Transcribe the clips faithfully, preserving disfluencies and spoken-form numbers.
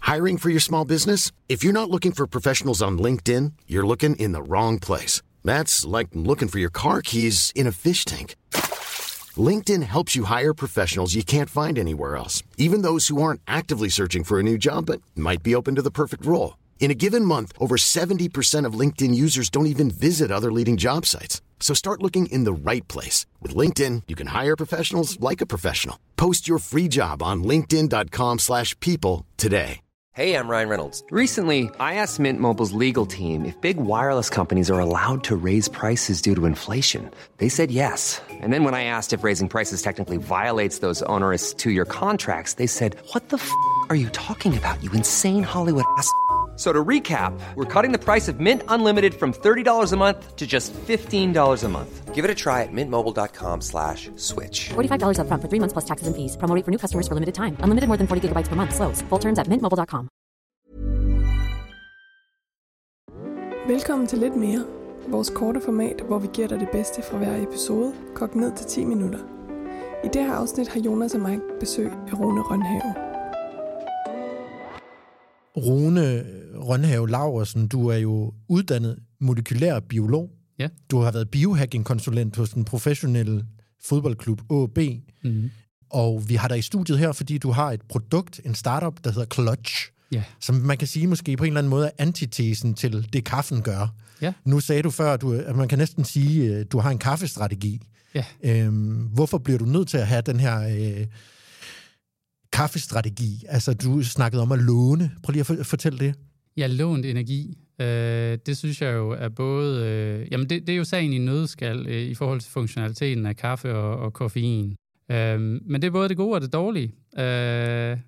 Hiring for your small business? If you're not looking for professionals on LinkedIn, you're looking in the wrong place. That's like looking for your car keys in a fish tank. LinkedIn helps you hire professionals you can't find anywhere else, even those who aren't actively searching for a new job but might be open to the perfect role. In a given month, over seventy percent of LinkedIn users don't even visit other leading job sites. So start looking in the right place. With LinkedIn, you can hire professionals like a professional. Post your free job on linkedin dot com slash people today. Hey, I'm Ryan Reynolds. Recently, I asked Mint Mobile's legal team if big wireless companies are allowed to raise prices due to inflation. They said yes. And then when I asked if raising prices technically violates those onerous two-year contracts, they said, what the f*** are you talking about, you insane Hollywood ass f- So to recap, we're cutting the price of Mint Unlimited from thirty dollars a month to just fifteen dollars a month. Give it a try at mintmobile.com slash switch. forty-five dollars up front for three months plus taxes and fees. Promo rate for new customers for limited time. Unlimited more than forty gigabytes per month. Slows full terms at mint mobile dot com. Velkommen til Lidt Mere, vores korte format, hvor vi giver dig det bedste fra hver episode, kogt ned til ti minutter. I det her afsnit har Jonas og mig besøg af Rune Rønhave. Rune Rønhave Laursen, du er jo uddannet molekylær biolog. Ja. Du har været biohacking-konsulent hos den professionelle fodboldklub A A B. Mm-hmm. Og vi har dig i studiet her, fordi du har et produkt, en startup, der hedder Clutch. Ja. Som man kan sige måske på en eller anden måde er antitesen til det, kaffen gør. Ja. Nu sagde du før, du, at man kan næsten sige, at du har en kaffestrategi. Ja. Øhm, hvorfor bliver du nødt til at have den her øh, kaffestrategi? Altså, du snakkede om at låne. Prøv lige at for, fortælle det. Ja, lånt energi. Øh, det synes jeg jo er både... Øh, jamen, det, det er jo sagen i nødskal øh, i forhold til funktionaliteten af kaffe og, og koffein. Øh, men det er både det gode og det dårlige. Øh,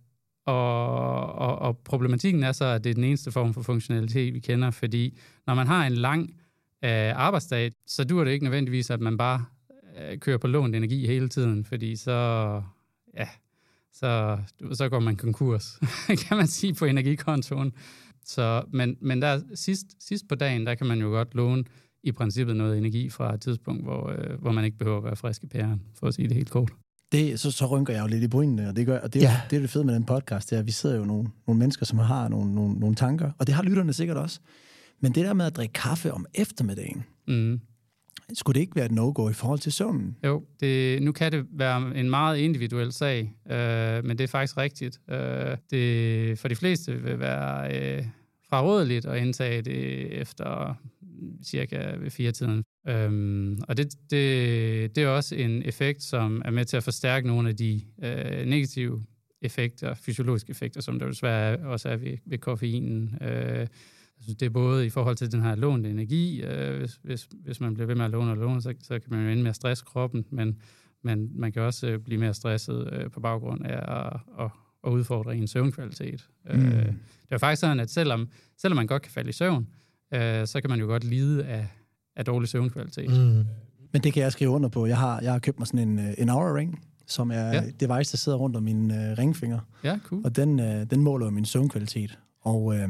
og, og, og problematikken er så, at det er den eneste form for funktionalitet, vi kender, fordi når man har en lang øh, arbejdsdag, så dur det ikke nødvendigvis, at man bare øh, kører på lånt energi hele tiden, fordi så... ja, så, så går man konkurs, kan man sige, på energikontoen. Så, men, men der sidst, sidst på dagen, der kan man jo godt låne i princippet noget energi fra et tidspunkt, hvor, øh, hvor man ikke behøver at være frisk i pæren, for at sige det helt kort. Det, så, så rynker jeg jo lidt i brynene, og det, gør, og det, ja. det er det fede med den podcast, det er, at vi sidder jo nogle, nogle mennesker, som har nogle, nogle, nogle tanker, og det har lytterne sikkert også. Men det der med at drikke kaffe om eftermiddagen, mm. skulle det ikke være et no-go i forhold til søvnen? Jo, det, nu kan det være en meget individuel sag, øh, men det er faktisk rigtigt. Øh, det for de fleste vil være øh, frarådeligt at indtage det efter cirka ved fire-tiden. Øhm, og det, det, det er også en effekt, som er med til at forstærke nogle af de øh, negative effekter, fysiologiske effekter, som der desværre også er ved, ved koffeinen. Øh, altså det er både i forhold til den her lånte energi, øh, hvis, hvis, hvis man bliver ved med at låne og låne, så, så kan man jo ende med at stresse kroppen, men, men man kan også øh, blive mere stresset øh, på baggrund af at, at, at udfordre en søvnkvalitet. Mm. Øh, det er faktisk sådan, at selvom, selvom man godt kan falde i søvn, øh, så kan man jo godt lide af af dårlig søvnkvalitet. Mm. Men det kan jeg skrive under på. Jeg har, jeg har købt mig sådan en, en Oura Ring, som er ja. det device, der sidder rundt om min uh, ringfinger. Ja, cool. Og den, uh, den måler jo min søvnkvalitet. Og uh,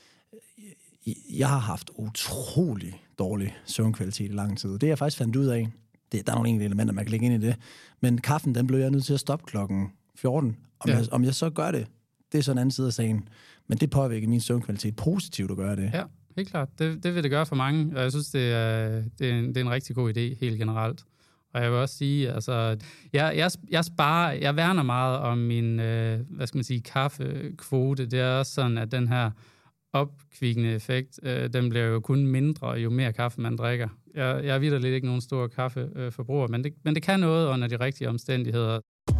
jeg har haft utrolig dårlig søvnkvalitet i lang tid. Det jeg faktisk fandt ud af, det, der er nogle enkelte elementer, man kan lægge ind i det, men kaffen, den blev jeg nødt til at stoppe klokken fjorten. Om, ja. jeg, om jeg så gør det, det er sådan en anden side af sagen. Men det påvirker min søvnkvalitet positivt at gøre det. Ja. Helt klart. Det, det vil det gøre for mange, og jeg synes, det er, det, er en, det er en rigtig god idé helt generelt. Og jeg vil også sige, altså, jeg, jeg, jeg sparer, jeg værner meget om min, øh, hvad skal man sige, kaffekvote. Det er også sådan, at den her opkvikkende effekt, øh, den bliver jo kun mindre, jo mere kaffe man drikker. Jeg, jeg er vitterligt ikke nogen stor kaffeforbruger, men det, men det kan noget under de rigtige omstændigheder.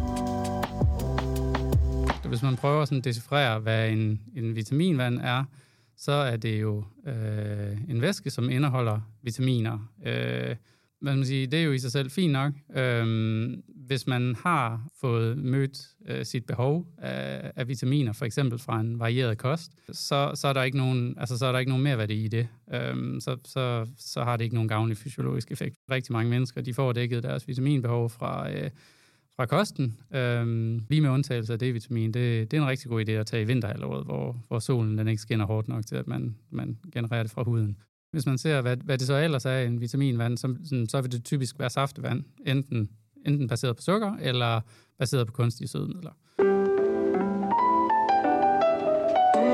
Hvis man prøver sådan at decifrere, hvad en, en vitaminvand er, så er det jo øh, en væske, som indeholder vitaminer. Øh, hvad man sige, det er jo i sig selv fint nok. Øh, hvis man har fået mødt øh, sit behov af, af vitaminer, for eksempel fra en varieret kost, så, så er der ikke nogen, altså så er der ikke nogen merværdi i det. Øh, så, så, så har det ikke nogen gavnlig fysiologisk effekt. Rigtig mange mennesker, de får dækket deres vitaminbehov fra øh, fra kosten, øhm, lige med undtagelse af D-vitamin. Det, det er en rigtig god idé at tage i vinterhalvåret, hvor, hvor solen den ikke skinner hårdt nok til, at man, man genererer det fra huden. Hvis man ser, hvad, hvad det så ellers er i en vitaminvand, så, sådan, så vil det typisk være saftevand, enten, enten baseret på sukker, eller baseret på kunstige sødemidler.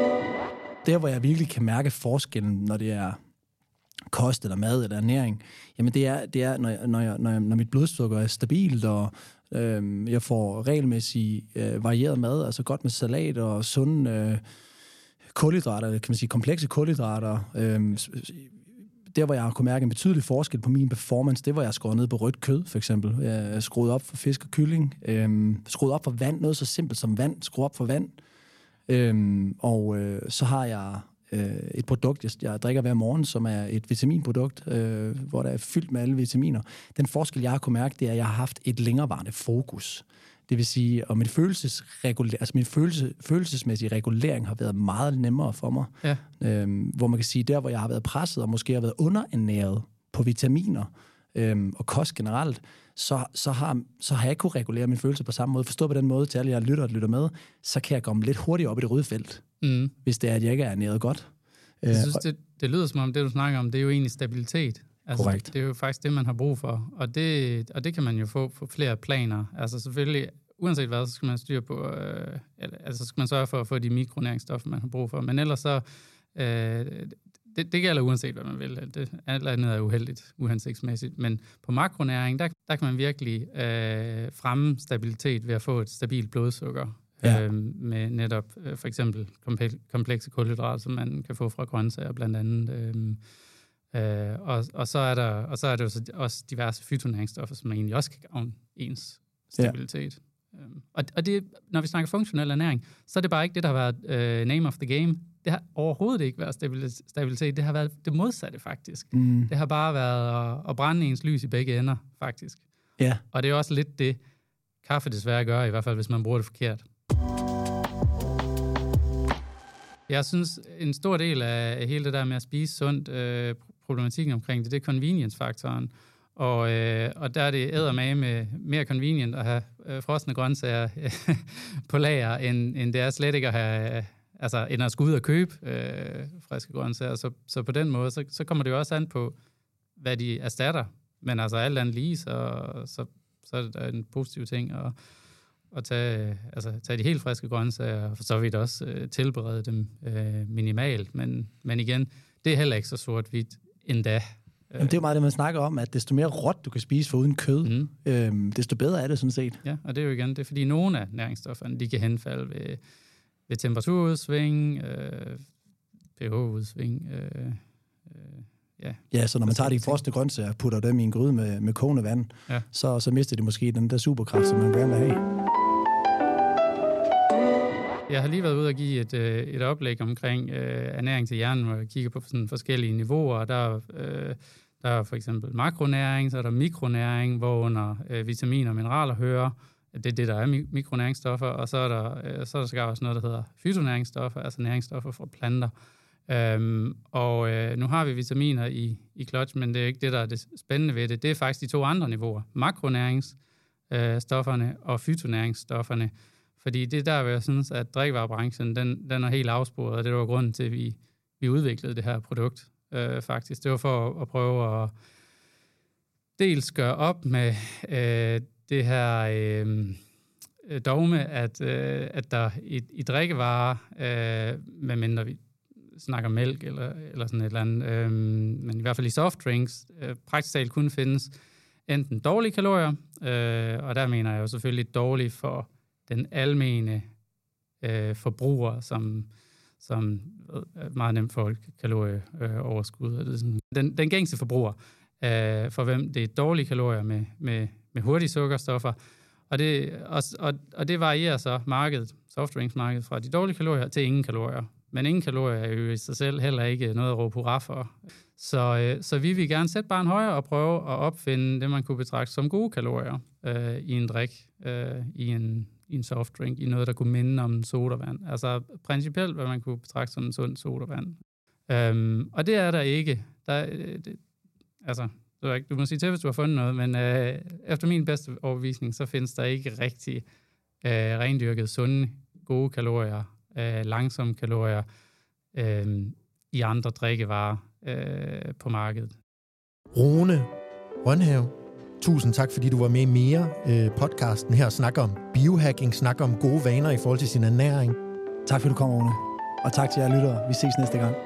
der, hvor jeg virkelig kan mærke forskellen, når det er kost eller mad eller ernæring, jamen det er, det er når, jeg, når, jeg, når, jeg, når mit blodsukker er stabilt, og øh, jeg får regelmæssigt øh, varieret mad, altså godt med salat og sunde øh, kulhydrater, kan man sige komplekse kulhydrater. Øh, der, hvor jeg har kunnet mærke en betydelig forskel på min performance, det var, jeg skruede ned på rødt kød, for eksempel. Jeg skruede op for fisk og kylling, øh, skruede op for vand, noget så simpelt som vand, skruede op for vand. Øh, og øh, så har jeg et produkt, jeg, jeg drikker hver morgen, som er et vitaminprodukt, øh, hvor der er fyldt med alle vitaminer. Den forskel, jeg har kunnet mærke, det er, at jeg har haft et længerevarende fokus. Det vil sige, at min, altså min følelse, følelsesmæssige regulering har været meget nemmere for mig. Ja. Øh, hvor man kan sige, der hvor jeg har været presset, og måske har været underernæret på vitaminer øh, og kost generelt, så, så, har, så har jeg ikke kunnet regulere min følelse på samme måde. Forstå på den måde, til alle jeg lytter og lytter med, så kan jeg komme lidt hurtigere op i det røde felt. Mm. Hvis det er, at jeg ikke er ernæret godt. Jeg synes, det, det lyder som om, det du snakker om, det er jo egentlig stabilitet. Altså, Korrekt. Det, det er jo faktisk det, man har brug for. Og det, og det kan man jo få på flere planer. Altså selvfølgelig, uanset hvad, så skal man styre på, øh, altså skal man sørge for at få de mikronæringsstoffer, man har brug for. Men ellers så, øh, det, det gælder uanset, hvad man vil. Det, alt andet er uheldigt, uhensigtsmæssigt. Men på makronæring, der, der kan man virkelig øh, fremme stabilitet ved at få et stabilt blodsukker. Ja. Øh, med netop øh, for eksempel komplekse kulhydrater, som man kan få fra grøntsager blandt andet. Øh, øh, og, og, så er der, og så er der jo så også diverse fytonæringsstoffer, som egentlig også kan gavne ens stabilitet. Ja. Øh, og, og det, når vi snakker funktionel ernæring, så er det bare ikke det, der har været øh, name of the game. Det har overhovedet ikke været stabilitet. Det har været det modsatte, faktisk. Mm. Det har bare været at, at brænde ens lys i begge ender, faktisk. Ja. Og det er også lidt det, kaffe desværre gør, i hvert fald hvis man bruger det forkert. Jeg synes, en stor del af hele det der med at spise sundt, øh, problematikken omkring det, det er convenience-faktoren. Og, øh, og der er det eddermame med mere convenient at have øh, frosne grøntsager på lager, end, end det er slet ikke at have, altså end at skulle ud og købe øh, friske grøntsager. Så, så på den måde, så, så kommer det jo også an på, hvad de erstatter. Men altså alt andet lige, så, så, så er det en positiv ting at, at tage, altså, tage de helt friske grøntsager, og for så vidt også øh, tilberede dem øh, minimalt. Men, men igen, det er heller ikke så sort-hvidt endda. Jamen, det er jo meget det, man snakker om, at desto mere råt du kan spise for uden kød, mm. øhm, desto bedre er det sådan set. Ja, og det er jo igen, det er fordi nogle af næringsstofferne, de kan henfalde ved, ved temperaturudsving, øh, pH-udsving, øh, øh, ja. Ja, så når man tager de frosne grøntsager og putter dem i en gryde med, med kogende vand, ja. så, så mister de måske den der superkraft, som man gerne vil have. Jeg har lige været ude og give et, et oplæg omkring øh, ernæring til hjernen, hvor jeg kigger på sådan forskellige niveauer. Der, øh, der er for eksempel makronæring, så er der mikronæring, hvor under øh, vitaminer og mineraler hører. Det er det, der er mikronæringsstoffer. Og så er der, øh, så er der også noget, der hedder fytonæringsstoffer, altså næringsstoffer fra planter. Øhm, og øh, nu har vi vitaminer i, i Clutch, men det er ikke det, der er det spændende ved det. Det er faktisk de to andre niveauer. Makronæringsstofferne øh, og fytonæringsstofferne. Fordi det er der, hvor jeg synes, at drikkevarebranchen, den, den er helt afsporet, og det var grunden til, at vi, vi udviklede det her produkt, øh, faktisk. Det var for at, at prøve at dels gøre op med øh, det her øh, dogme, at, øh, at der i, i drikkevarer, øh, medmindre vi snakker mælk eller, eller sådan et eller andet, øh, men i hvert fald i softdrinks, øh, praktisk talt kun findes enten dårlige kalorier, øh, og der mener jeg jo selvfølgelig dårligt for den almene øh, forbruger, som, som øh, meget nemt får kalorieoverskud. Øh, det sådan. Den, den gængse forbruger, øh, for hvem det er dårlige kalorier med, med, med hurtige sukkerstoffer. Og det, og, og, og det varierer så markedet, softdrinksmarkedet, fra de dårlige kalorier til ingen kalorier. Men ingen kalorier er jo i sig selv heller ikke noget at råbe hurra for. Så, øh, så vi vil gerne sætte barn højere og prøve at opfinde det, man kunne betragte som gode kalorier øh, i en drik, øh, i en i en softdrink, i noget, der kunne minde om sodavand. Altså principielt, hvad man kunne betragte som en sund sodavand. Øhm, og det er der ikke. Der, det, altså, du må sige til, hvis du har fundet noget, men øh, efter min bedste overbevisning, så findes der ikke rigtig øh, rendyrket sunde, gode kalorier, øh, langsomme kalorier øh, i andre drikkevarer øh, på markedet. Rune Rønhave, tusind tak, fordi du var med i mere øh, podcasten her og snakker om biohacking, snakker om gode vaner i forhold til sin ernæring. Tak fordi du kom, Rune. Og tak til jer lyttere. Vi ses næste gang.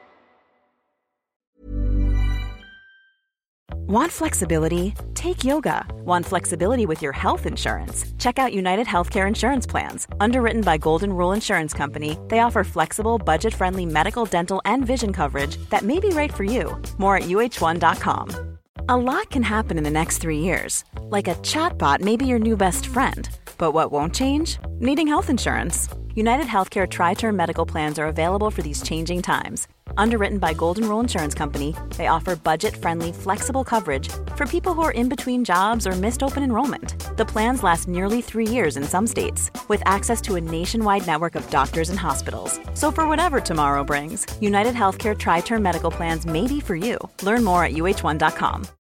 Want flexibility? Take yoga. Want flexibility with your health insurance? Check out United Healthcare Insurance Plans. Underwritten by Golden Rule Insurance Company, they offer flexible, budget-friendly medical, dental, and vision coverage that may be right for you. More at U H one dot com. A lot can happen in the next three years. Like a chatbot may be your new best friend. But what won't change? Needing health insurance. United Healthcare Tri-Term Medical Plans are available for these changing times. Underwritten by Golden Rule Insurance Company, they offer budget-friendly, flexible coverage for people who are in between jobs or missed open enrollment. The plans last nearly three years in some states, with access to a nationwide network of doctors and hospitals. So for whatever tomorrow brings, United Healthcare Tri-Term Medical Plans may be for you. Learn more at U H one dot com.